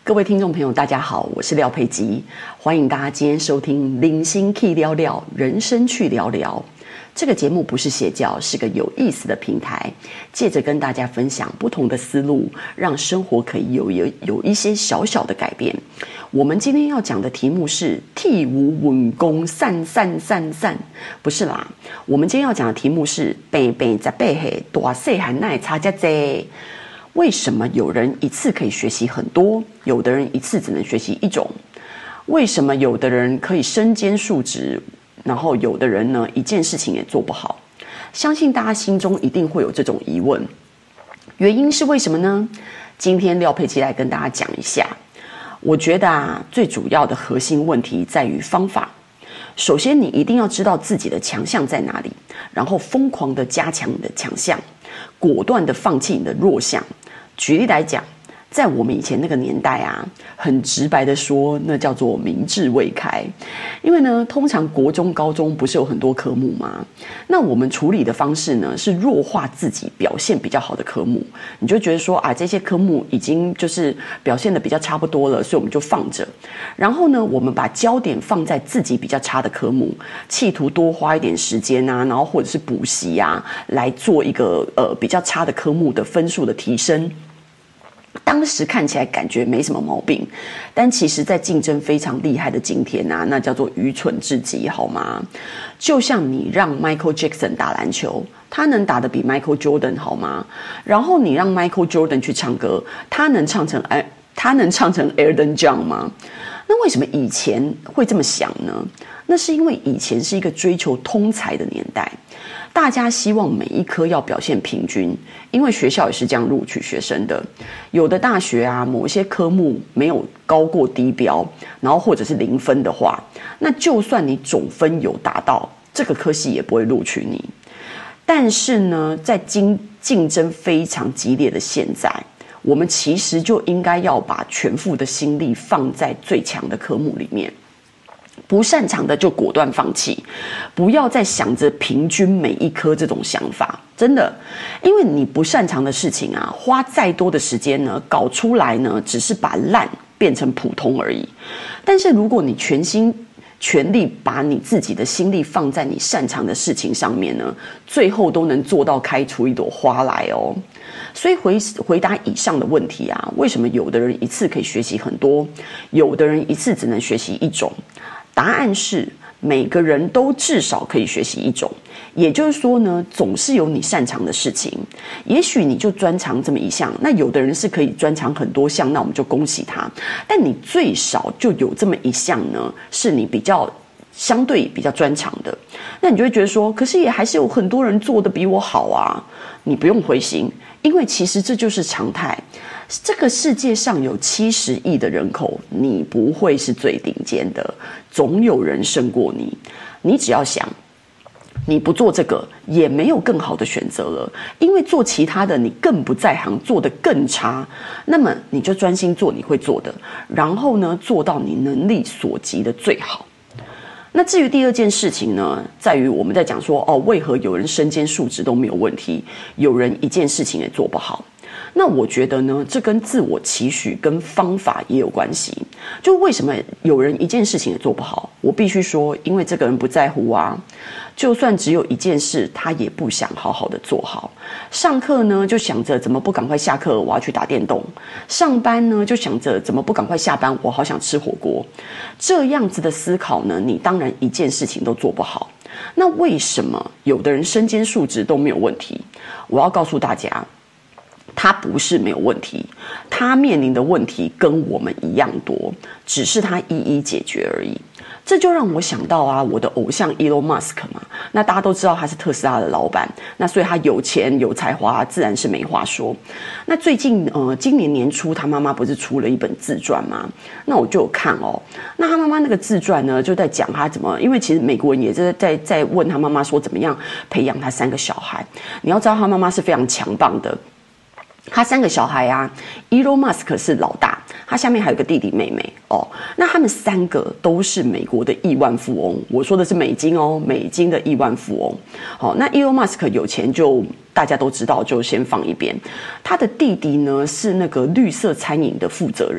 各位听众朋友，大家好，我是廖佩吉，欢迎大家今天收听《零星 Key 聊聊人生去聊聊》。这个节目不是邪教，是个有意思的平台，借着跟大家分享不同的思路，让生活可以有一些小小的改变。我们今天要讲的题目是替无稳功散，不是啦，我们今天要讲的题目是白白在背黑大细汉奈差价济。为什么有人一次可以学习很多，有的人一次只能学习一种？为什么有的人可以身兼数职，然后有的人呢一件事情也做不好？相信大家心中一定会有这种疑问，原因是为什么呢？今天廖佩琪来跟大家讲一下。我觉得最主要的核心问题在于方法。首先，你一定要知道自己的强项在哪里，然后疯狂的加强你的强项，果断的放弃你的弱项。举例来讲，在我们以前那个年代很直白的说，那叫做民智未开。因为呢，通常国中、高中不是有很多科目吗？那我们处理的方式呢，是弱化自己表现比较好的科目。你就觉得说这些科目已经就是表现的比较差不多了，所以我们就放着。然后呢，我们把焦点放在自己比较差的科目，企图多花一点时间然后或者是补习来做一个比较差的科目的分数的提升。当时看起来感觉没什么毛病，但其实在竞争非常厉害的今天那叫做愚蠢至极，好吗？就像你让 Michael Jackson 打篮球，他能打得比 Michael Jordan 好吗？然后你让 Michael Jordan 去唱歌，他能唱成 Elton John 吗？那为什么以前会这么想呢？那是因为以前是一个追求通才的年代，大家希望每一科要表现平均，因为学校也是这样录取学生的。有的大学某一些科目没有高过低标，然后或者是0分的话，那就算你总分有达到，这个科系也不会录取你。但是呢，在竞争非常激烈的现在，我们其实就应该要把全副的心力放在最强的科目里面。不擅长的就果断放弃，不要再想着平均每一科这种想法，真的，因为你不擅长的事情花再多的时间呢，搞出来呢，只是把烂变成普通而已。但是如果你全心全力把你自己的心力放在你擅长的事情上面呢，最后都能做到开出一朵花来哦。所以回答以上的问题为什么有的人一次可以学习很多，有的人一次只能学习一种？答案是每个人都至少可以学习一种，也就是说呢，总是有你擅长的事情。也许你就专长这么一项，那有的人是可以专长很多项，那我们就恭喜他。但你最少就有这么一项呢，是你相对比较专长的。那你就会觉得说，可是也还是有很多人做得比我好你不用灰心，因为其实这就是常态。这个世界上有70亿的人口，你不会是最顶尖的，总有人胜过你。你只要想，你不做这个也没有更好的选择了，因为做其他的你更不在行，做得更差，那么你就专心做你会做的，然后呢，做到你能力所及的最好。那至于第二件事情呢，在于我们在讲说为何有人身兼数职都没有问题，有人一件事情也做不好。那我觉得呢，这跟自我期许跟方法也有关系。就为什么有人一件事情也做不好？我必须说，因为这个人不在乎就算只有一件事，他也不想好好的做好。上课呢，就想着怎么不赶快下课，我要去打电动；上班呢，就想着怎么不赶快下班，我好想吃火锅。这样子的思考呢，你当然一件事情都做不好。那为什么有的人身兼数职都没有问题？我要告诉大家，他不是没有问题，他面临的问题跟我们一样多，只是他一一解决而已。这就让我想到我的偶像 Elon Musk 嘛，那大家都知道他是特斯拉的老板，那所以他有钱有才华，自然是没话说。那最近今年年初，他妈妈不是出了一本自传吗？那我就有看那他妈妈那个自传呢，就在讲他怎么，因为其实美国人也是在问他妈妈说怎么样培养他3个小孩。你要知道他妈妈是非常强棒的。他3个小孩Elon Musk 是老大，他下面还有个弟弟妹妹那他们3个都是美国的亿万富翁，我说的是美金美金的亿万富翁。那 Elon Musk 有钱就大家都知道，就先放一边。他的弟弟呢是那个绿色餐饮的负责人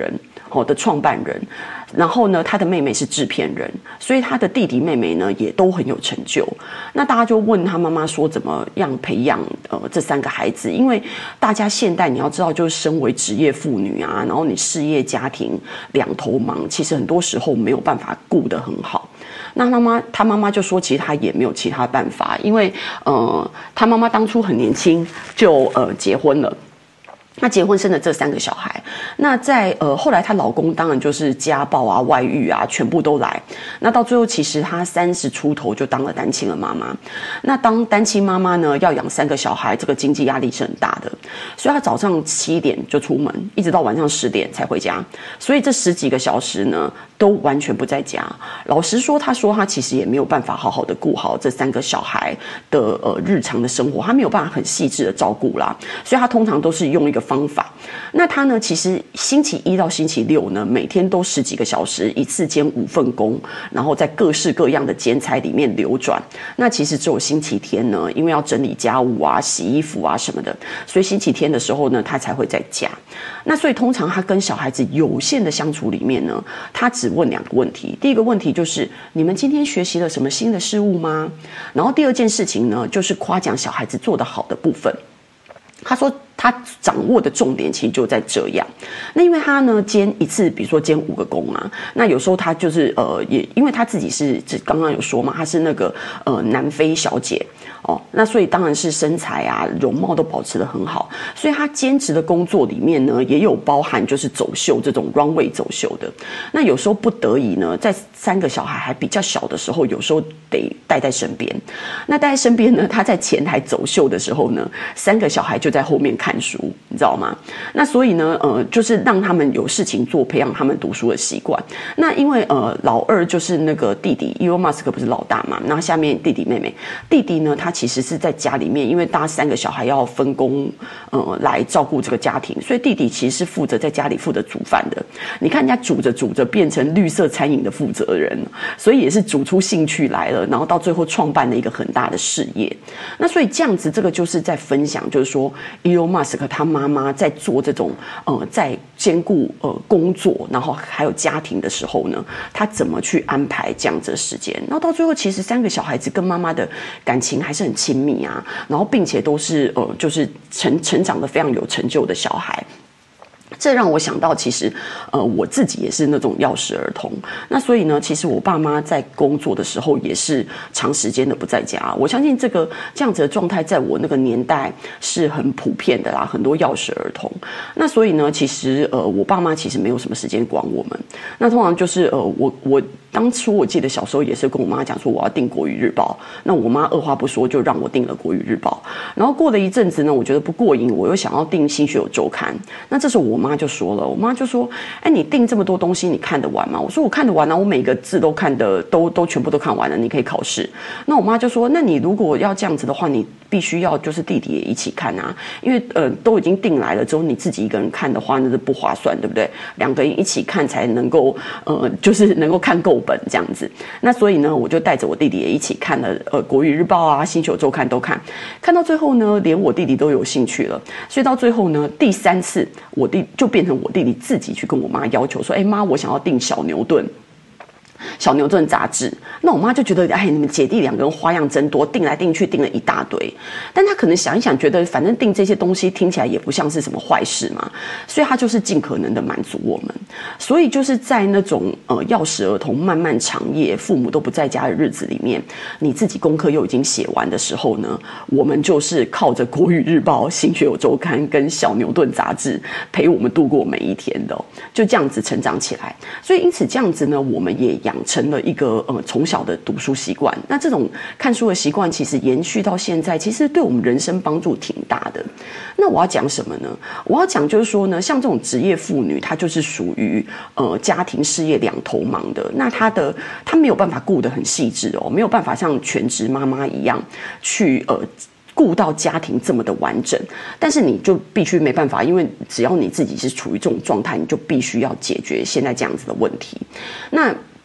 的创办人，然后呢，他的妹妹是制片人，所以他的弟弟妹妹呢也都很有成就。那大家就问他妈妈说，怎么样培养这3个孩子？因为大家现代你要知道，就是身为职业妇女啊，然后你事业家庭两头忙，其实很多时候没有办法顾得很好。那他妈妈就说，其实他也没有其他办法，因为他妈妈当初很年轻就结婚了。那结婚生了这3个小孩，那在后来她老公当然就是家暴啊、外遇啊，全部都来。那到最后，其实她30出头就当了单亲的妈妈。那当单亲妈妈呢，要养3个小孩，这个经济压力是很大的，所以她早上7点就出门，一直到晚上10点才回家。所以这10几个小时呢，都完全不在家。老实说，她说她其实也没有办法好好的顾好这3个小孩的日常的生活，她没有办法很细致的照顾啦。所以她通常都是用一个方法。那他呢，其实星期1到星期6呢，每天都10几个小时，一次兼5份工，然后在各式各样的兼差里面流转。那其实只有星期天呢，因为要整理家务啊、洗衣服啊什么的，所以星期天的时候呢，他才会在家。那所以通常他跟小孩子有限的相处里面呢，他只问2个问题。第一个问题就是：你们今天学习了什么新的事物吗？然后第二件事情呢，就是夸奖小孩子做得好的部分。他说他掌握的重点其实就在这样。那因为他呢兼一次，比如说兼5个工啊，那有时候他就是也因为他自己是刚刚有说嘛，他是那个南非小姐。那所以当然是身材啊、容貌都保持得很好，所以他兼职的工作里面呢，也有包含就是走秀这种 runway 走秀的。那有时候不得已呢，在3个小孩还比较小的时候，有时候得带在身边。那带在身边呢，他在前台走秀的时候呢，3个小孩就在后面看书，你知道吗？那所以呢，就是让他们有事情做，培养他们读书的习惯。那因为老二就是那个弟弟 Elon Musk 不是老大嘛，那下面弟弟妹妹，弟弟呢他其实是在家里面，因为大家3个小孩要分工来照顾这个家庭，所以弟弟其实是负责在家里负责煮饭的。你看人家煮着煮着变成绿色餐饮的负责人，所以也是煮出兴趣来了，然后到最后创办了一个很大的事业。那所以这样子，这个就是在分享，就是说 Elon Musk 他妈妈在做这种在兼顾工作，然后还有家庭的时候呢，他怎么去安排这样子的时间？然后到最后，其实3个小孩子跟妈妈的感情还是很亲密啊，然后并且都是就是成长的非常有成就的小孩。这让我想到，其实，我自己也是那种钥匙儿童。那所以呢，其实我爸妈在工作的时候也是长时间的不在家。我相信这样子的状态，在我那个年代是很普遍的啦，很多钥匙儿童。那所以呢，其实我爸妈其实没有什么时间管我们。那通常就是我当初我记得小时候也是跟我妈讲说我要订国语日报，那我妈二话不说就让我订了国语日报。然后过了一阵子呢，我觉得不过瘾，我又想要订新学友周刊。那这时候我妈就说了，我妈就说：“哎，你订这么多东西，你看得完吗？”我说：“我看得完啊，我每个字都看得都全部都看完了，你可以考试。”那我妈就说：“那你如果要这样子的话，你必须要就是弟弟也一起看啊，因为都已经订来了，只有你自己一个人看的话，那是不划算，对不对？2个人一起看才能够就是能够看够本这样子。那所以呢，我就带着我弟弟也一起看了国语日报啊、新秀周刊都看，看到最后呢，连我弟弟都有兴趣了。所以到最后呢，第3次我弟就变成我弟弟自己去跟我妈要求说：“哎妈，我想要订小牛顿杂志。”那我妈就觉得，哎，你们姐弟2个人花样真多，订来订去订了一大堆。但她可能想一想，觉得反正订这些东西听起来也不像是什么坏事嘛，所以她就是尽可能的满足我们。所以就是在那种钥匙儿童漫漫长夜，父母都不在家的日子里面，你自己功课又已经写完的时候呢，我们就是靠着国语日报、新学友周刊跟小牛顿杂志陪我们度过每一天的就这样子成长起来。所以因此这样子呢，我们也养成了一个从小的读书习惯。那这种看书的习惯其实延续到现在，其实对我们人生帮助挺大的。那我要讲什么呢？我要讲就是说呢，像这种职业妇女，她就是属于家庭事业两头忙的。那她没有办法顾得很细致没有办法像全职妈妈一样去顾到家庭这么的完整，但是你就必须没办法，因为只要你自己是处于这种状态，你就必须要解决现在这样子的问题。那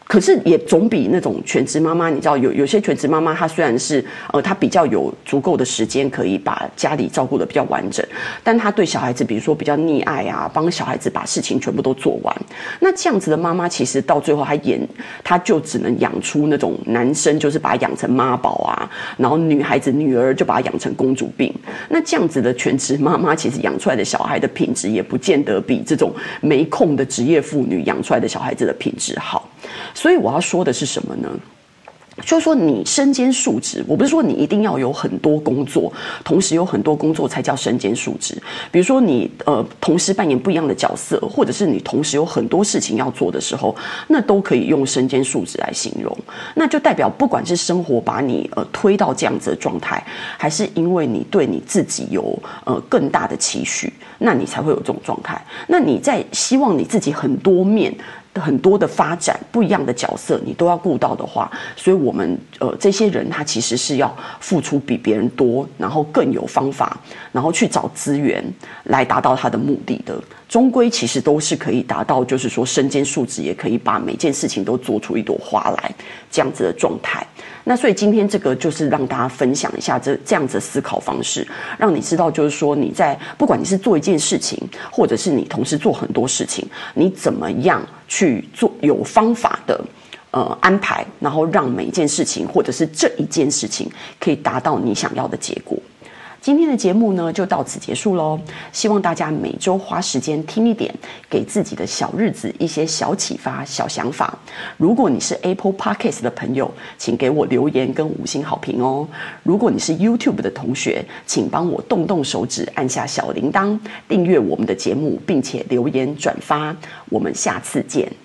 可是也总比那种全职妈妈，你知道有些全职妈妈，她虽然是她比较有足够的时间可以把家里照顾得比较完整，但她对小孩子，比如说比较溺爱啊，帮小孩子把事情全部都做完。那这样子的妈妈，其实到最后她就只能养出那种男生就是把她养成妈宝啊，然后女孩子女儿就把她养成公主病。那这样子的全职妈妈，其实养出来的小孩的品质也不见得比这种没空的职业妇女养出来的小孩子的品质好。所以我要说的是什么呢？就是说你身兼数职，我不是说你一定要有很多工作，同时有很多工作才叫身兼数职。比如说你同时扮演不一样的角色，或者是你同时有很多事情要做的时候，那都可以用身兼数职来形容。那就代表不管是生活把你推到这样子的状态，还是因为你对你自己有更大的期许，那你才会有这种状态。那你在希望你自己很多面。很多的发展不一样的角色你都要顾到的话，所以我们这些人他其实是要付出比别人多，然后更有方法，然后去找资源来达到他的目的的。终归其实都是可以达到，就是说身兼数职，也可以把每件事情都做出一朵花来这样子的状态。那所以今天这个就是让大家分享一下这样子的思考方式，让你知道就是说你在不管你是做一件事情，或者是你同时做很多事情，你怎么样去做有方法的安排，然后让每一件事情或者是这一件事情可以达到你想要的结果。今天的节目呢就到此结束咯，希望大家每周花时间听一点，给自己的小日子一些小启发、小想法。如果你是 Apple Podcast 的朋友，请给我留言跟5星好评哦。如果你是 YouTube 的同学，请帮我动动手指，按下小铃铛，订阅我们的节目，并且留言转发。我们下次见。